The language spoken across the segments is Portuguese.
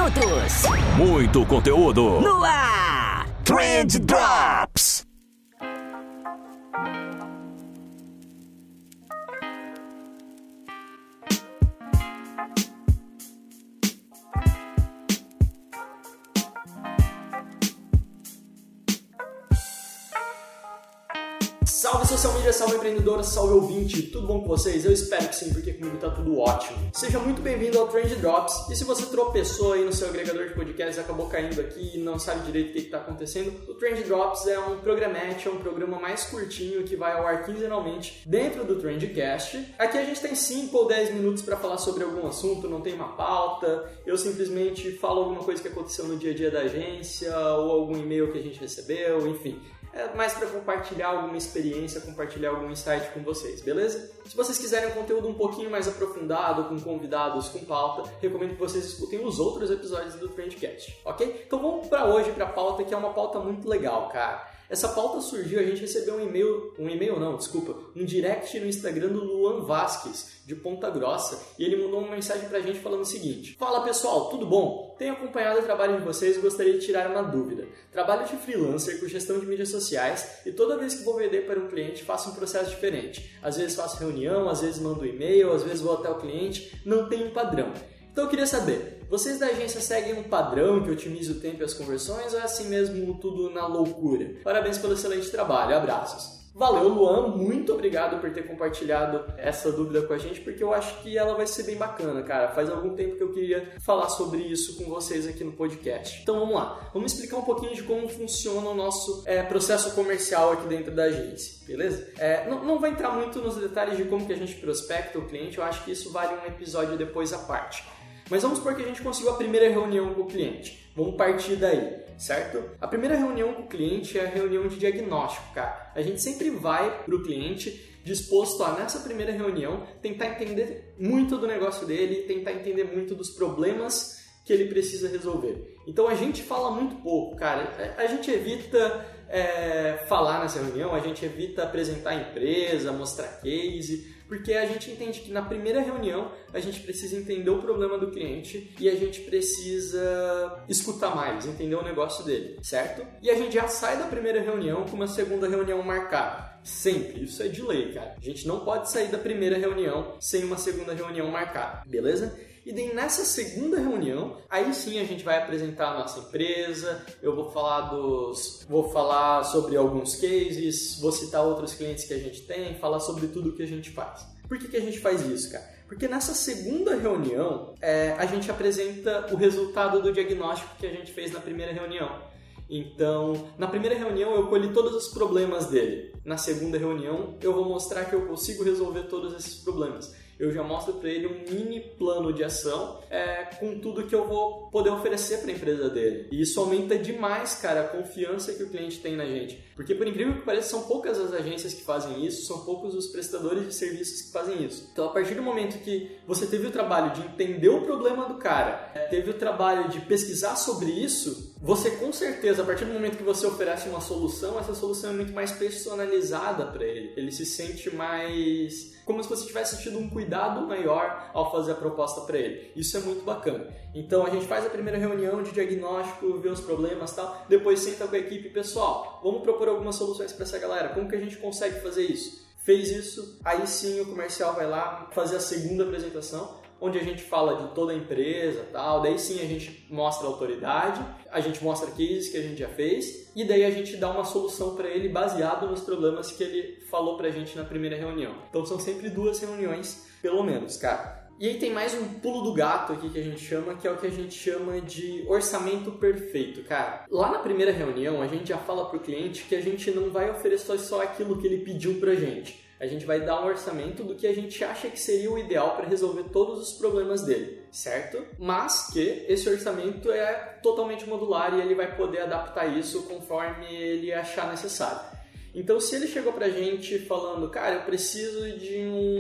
minutos. Muito conteúdo. No ar. Trend Drops. Salve social media, salve empreendedora, salve ouvinte, tudo bom com vocês? Eu espero que sim, porque comigo tá tudo ótimo. Seja muito bem-vindo ao Trend Drops, e se você tropeçou aí no seu agregador de podcasts e acabou caindo aqui e não sabe direito o que tá acontecendo, o Trend Drops é um programete, é um programa mais curtinho que vai ao ar quinzenalmente dentro do Trendcast. Aqui a gente tem 5 ou 10 minutos para falar sobre algum assunto, não tem uma pauta, eu simplesmente falo alguma coisa que aconteceu no dia a dia da agência ou algum e-mail que a gente recebeu, enfim. É mais para compartilhar alguma experiência, compartilhar algum insight com vocês, beleza? Se vocês quiserem um conteúdo um pouquinho mais aprofundado, com convidados, com pauta, recomendo que vocês escutem os outros episódios do Trendcast, ok? Então vamos para hoje, para a pauta, que é uma pauta muito legal, cara. Essa pauta surgiu, a gente recebeu um direct no Instagram do Luan Vasquez, de Ponta Grossa, e ele mandou uma mensagem pra gente falando o seguinte: Fala pessoal, tudo bom? Tenho acompanhado o trabalho de vocês e gostaria de tirar uma dúvida. Trabalho de freelancer com gestão de mídias sociais e toda vez que vou vender para um cliente faço um processo diferente. Às vezes faço reunião, às vezes mando e-mail, às vezes vou até o cliente, não tem um padrão. Então eu queria saber, vocês da agência seguem um padrão que otimiza o tempo e as conversões ou é assim mesmo tudo na loucura? Parabéns pelo excelente trabalho, abraços. Valeu, Luan, muito obrigado por ter compartilhado essa dúvida com a gente, porque eu acho que ela vai ser bem bacana, cara. Faz algum tempo que eu queria falar sobre isso com vocês aqui no podcast. Então vamos lá, vamos explicar um pouquinho de como funciona o nosso processo comercial aqui dentro da agência, beleza? Não vai entrar muito nos detalhes de como que a gente prospecta o cliente, eu acho que isso vale um episódio depois à parte. Mas vamos supor que a gente conseguiu a primeira reunião com o cliente. Vamos partir daí, certo? A primeira reunião com o cliente é a reunião de diagnóstico, cara. A gente sempre vai para o cliente disposto a, nessa primeira reunião, tentar entender muito do negócio dele, tentar entender muito dos problemas que ele precisa resolver. Então a gente fala muito pouco, cara. A gente evita falar nessa reunião, a gente evita apresentar a empresa, mostrar case, porque a gente entende que na primeira reunião a gente precisa entender o problema do cliente e a gente precisa escutar mais, entender o negócio dele, certo? E a gente já sai da primeira reunião com uma segunda reunião marcada. Sempre, isso é de lei, cara. A gente não pode sair da primeira reunião sem uma segunda reunião marcada, beleza? E daí nessa segunda reunião, aí sim a gente vai apresentar a nossa empresa, eu vou falar sobre alguns cases, vou citar outros clientes que a gente tem, falar sobre tudo que a gente faz. Por que a gente faz isso, cara? Porque nessa segunda reunião, a gente apresenta o resultado do diagnóstico que a gente fez na primeira reunião. Então, na primeira reunião eu colhi todos os problemas dele. Na segunda reunião, eu vou mostrar que eu consigo resolver todos esses problemas. Eu já mostro para ele um mini plano de ação com tudo que eu vou poder oferecer para a empresa dele. E isso aumenta demais, cara, a confiança que o cliente tem na gente. Porque, por incrível que pareça, são poucas as agências que fazem isso, são poucos os prestadores de serviços que fazem isso. Então, a partir do momento que você teve o trabalho de entender o problema do cara, teve o trabalho de pesquisar sobre isso, você com certeza, a partir do momento que você oferece uma solução, essa solução é muito mais personalizada para ele. Ele se sente mais como se você tivesse tido um cuidado maior ao fazer a proposta para ele. Isso é muito bacana. Então a gente faz a primeira reunião de diagnóstico, vê os problemas e tal, depois senta com a equipe, pessoal, vamos propor algumas soluções para essa galera, como que a gente consegue fazer isso? Fez isso, aí sim o comercial vai lá fazer a segunda apresentação, onde a gente fala de toda a empresa, tal. Daí sim a gente mostra a autoridade, a gente mostra cases que a gente já fez e daí a gente dá uma solução para ele baseado nos problemas que ele falou pra gente na primeira reunião. Então são sempre 2 reuniões, pelo menos, cara. E aí tem mais um pulo do gato aqui que a gente chama, que é o que a gente chama de orçamento perfeito, cara. Lá na primeira reunião a gente já fala pro cliente que a gente não vai oferecer só aquilo que ele pediu pra gente. A gente vai dar um orçamento do que a gente acha que seria o ideal para resolver todos os problemas dele, certo? Mas que esse orçamento é totalmente modular e ele vai poder adaptar isso conforme ele achar necessário. Então, se ele chegou pra gente falando, cara, eu preciso de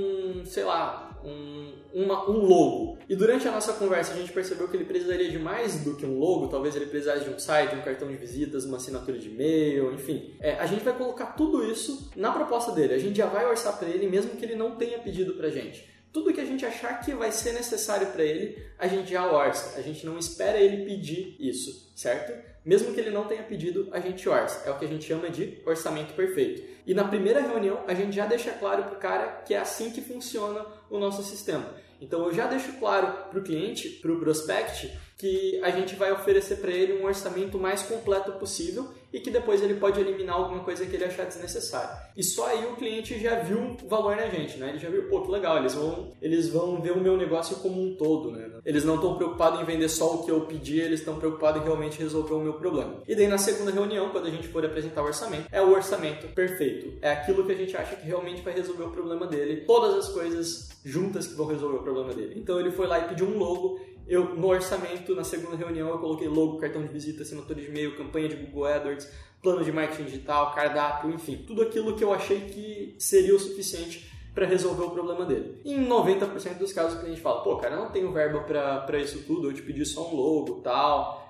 um logo. E durante a nossa conversa a gente percebeu que ele precisaria de mais do que um logo, talvez ele precisasse de um site, um cartão de visitas, uma assinatura de e-mail, enfim. A gente vai colocar tudo isso na proposta dele, a gente já vai orçar para ele mesmo que ele não tenha pedido pra gente. tudo que a gente achar que vai ser necessário para ele, a gente já orça. A gente não espera ele pedir isso, certo? Mesmo que ele não tenha pedido, a gente orça. É o que a gente chama de orçamento perfeito. E na primeira reunião, a gente já deixa claro para o cara que é assim que funciona o nosso sistema. Então, eu já deixo claro para o cliente, para o prospect, que a gente vai oferecer para ele um orçamento mais completo possível e que depois ele pode eliminar alguma coisa que ele achar desnecessária. E só aí o cliente já viu o valor na gente, né? Ele já viu, pô, que legal, eles vão ver o meu negócio como um todo, né? Eles não estão preocupados em vender só o que eu pedi, eles estão preocupados em realmente resolver o meu problema. E daí na segunda reunião, quando a gente for apresentar o orçamento, é o orçamento perfeito. É aquilo que a gente acha que realmente vai resolver o problema dele, todas as coisas juntas que vão resolver o problema dele. Então ele foi lá e pediu um logo. No orçamento, na segunda reunião, eu coloquei logo, cartão de visita, assinatura de e-mail, campanha de Google AdWords, plano de marketing digital, cardápio, enfim. Tudo aquilo que eu achei que seria o suficiente para resolver o problema dele. E em 90% dos casos o cliente fala, pô, cara, eu não tenho verba para isso tudo, eu te pedi só um logo e tal.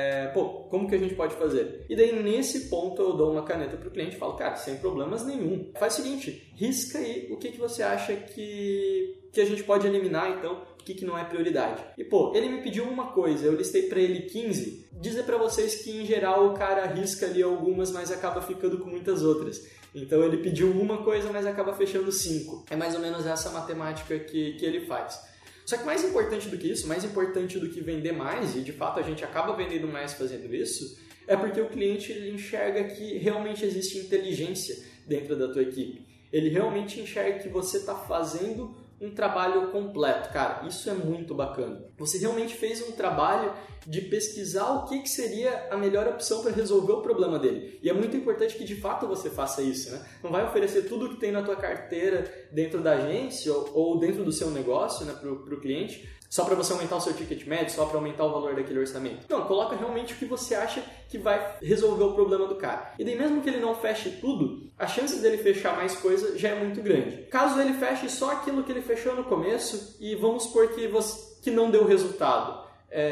Como que a gente pode fazer? E daí, nesse ponto, eu dou uma caneta pro cliente e falo, cara, sem problemas nenhum. Faz o seguinte, risca aí o que você acha que a gente pode eliminar, então, o que não é prioridade. E, pô, ele me pediu uma coisa, eu listei pra ele 15, dizer pra vocês que, em geral, o cara risca ali algumas, mas acaba ficando com muitas outras. Então, ele pediu uma coisa, mas acaba fechando 5. É mais ou menos essa matemática que ele faz. Só que mais importante do que isso, mais importante do que vender mais, e de fato a gente acaba vendendo mais fazendo isso, é porque o cliente ele enxerga que realmente existe inteligência dentro da tua equipe. Ele realmente enxerga que você está fazendo um trabalho completo. Cara, isso é muito bacana. Você realmente fez um trabalho de pesquisar o que seria a melhor opção para resolver o problema dele. E é muito importante que de fato você faça isso, né? Não vai oferecer tudo o que tem na tua carteira dentro da agência ou dentro do seu negócio, né, para o cliente, só para você aumentar o seu ticket médio, só para aumentar o valor daquele orçamento. Não, coloca realmente o que você acha que vai resolver o problema do cara. E daí mesmo que ele não feche tudo, a chance dele fechar mais coisa já é muito grande. Caso ele feche só aquilo que ele fechou no começo e vamos supor que não deu resultado,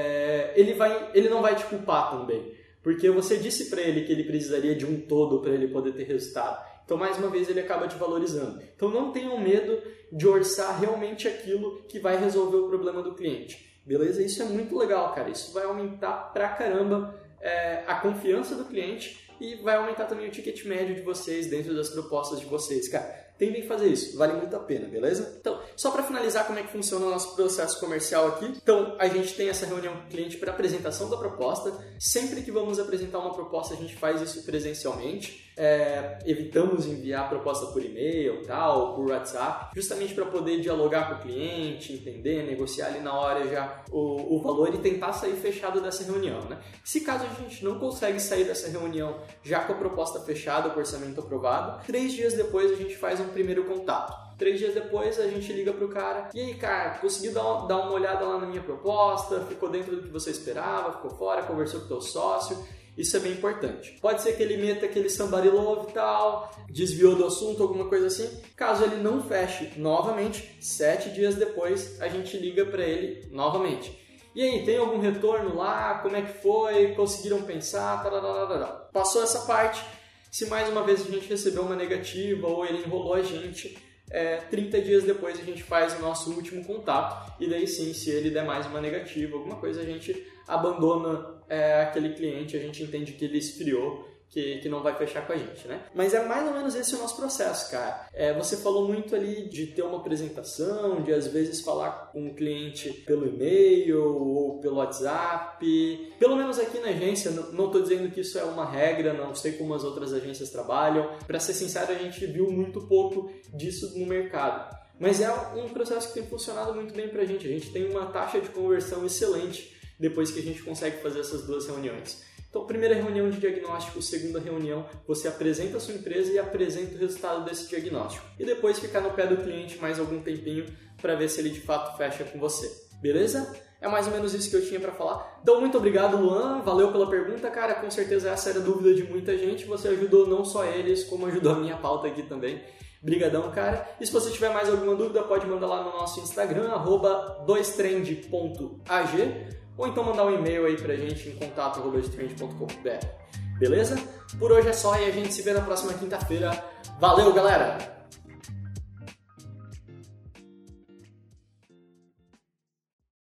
ele não vai te culpar também. Porque você disse para ele que ele precisaria de um todo para ele poder ter resultado. Então, mais uma vez, ele acaba te valorizando. Então, não tenham medo de orçar realmente aquilo que vai resolver o problema do cliente. Beleza? Isso é muito legal, cara. Isso vai aumentar pra caramba a confiança do cliente e vai aumentar também o ticket médio de vocês dentro das propostas de vocês, cara. Tentem fazer isso, vale muito a pena, beleza? Então, só para finalizar como é que funciona o nosso processo comercial aqui. Então, a gente tem essa reunião com o cliente para apresentação da proposta. Sempre que vamos apresentar uma proposta, a gente faz isso presencialmente. Evitamos enviar a proposta por e-mail, tal, por WhatsApp, justamente para poder dialogar com o cliente, entender, negociar ali na hora já o valor e tentar sair fechado dessa reunião, né? Se caso a gente não consegue sair dessa reunião já com a proposta fechada, com o orçamento aprovado, 3 dias depois a gente faz um primeiro contato. 3 dias depois a gente liga pro cara, e aí cara, conseguiu dar uma olhada lá na minha proposta, ficou dentro do que você esperava, ficou fora, conversou com o teu sócio. Isso é bem importante. Pode ser que ele meta aquele somebody love e tal, desviou do assunto, alguma coisa assim. Caso ele não feche novamente, 7 dias depois a gente liga para ele novamente. E aí, tem algum retorno lá? Como é que foi? Conseguiram pensar? Tararara. Passou essa parte. Se mais uma vez a gente recebeu uma negativa ou ele enrolou a gente, 30 dias depois a gente faz o nosso último contato. E daí sim, se ele der mais uma negativa, alguma coisa, a gente abandona aquele cliente, a gente entende que ele esfriou, que não vai fechar com a gente, né? Mas é mais ou menos esse o nosso processo, cara. Você falou muito ali de ter uma apresentação, de às vezes falar com o cliente pelo e-mail ou pelo WhatsApp. Pelo menos aqui na agência, não estou dizendo que isso é uma regra, não sei como as outras agências trabalham. Para ser sincero, a gente viu muito pouco disso no mercado. Mas é um processo que tem funcionado muito bem pra gente. A gente tem uma taxa de conversão excelente depois que a gente consegue fazer essas 2 reuniões. Então, primeira reunião de diagnóstico, segunda reunião, você apresenta a sua empresa e apresenta o resultado desse diagnóstico. E depois ficar no pé do cliente mais algum tempinho para ver se ele de fato fecha com você. Beleza? É mais ou menos isso que eu tinha para falar. Então, muito obrigado, Luan. Valeu pela pergunta, cara. Com certeza essa era a dúvida de muita gente. Você ajudou não só eles, como ajudou a minha pauta aqui também. Brigadão, cara. E se você tiver mais alguma dúvida, pode mandar lá no nosso Instagram, @2trend.ag, ou então mandar um e-mail aí pra gente em contato@2trend.com.br. Beleza? Por hoje é só e a gente se vê na próxima quinta-feira. Valeu, galera!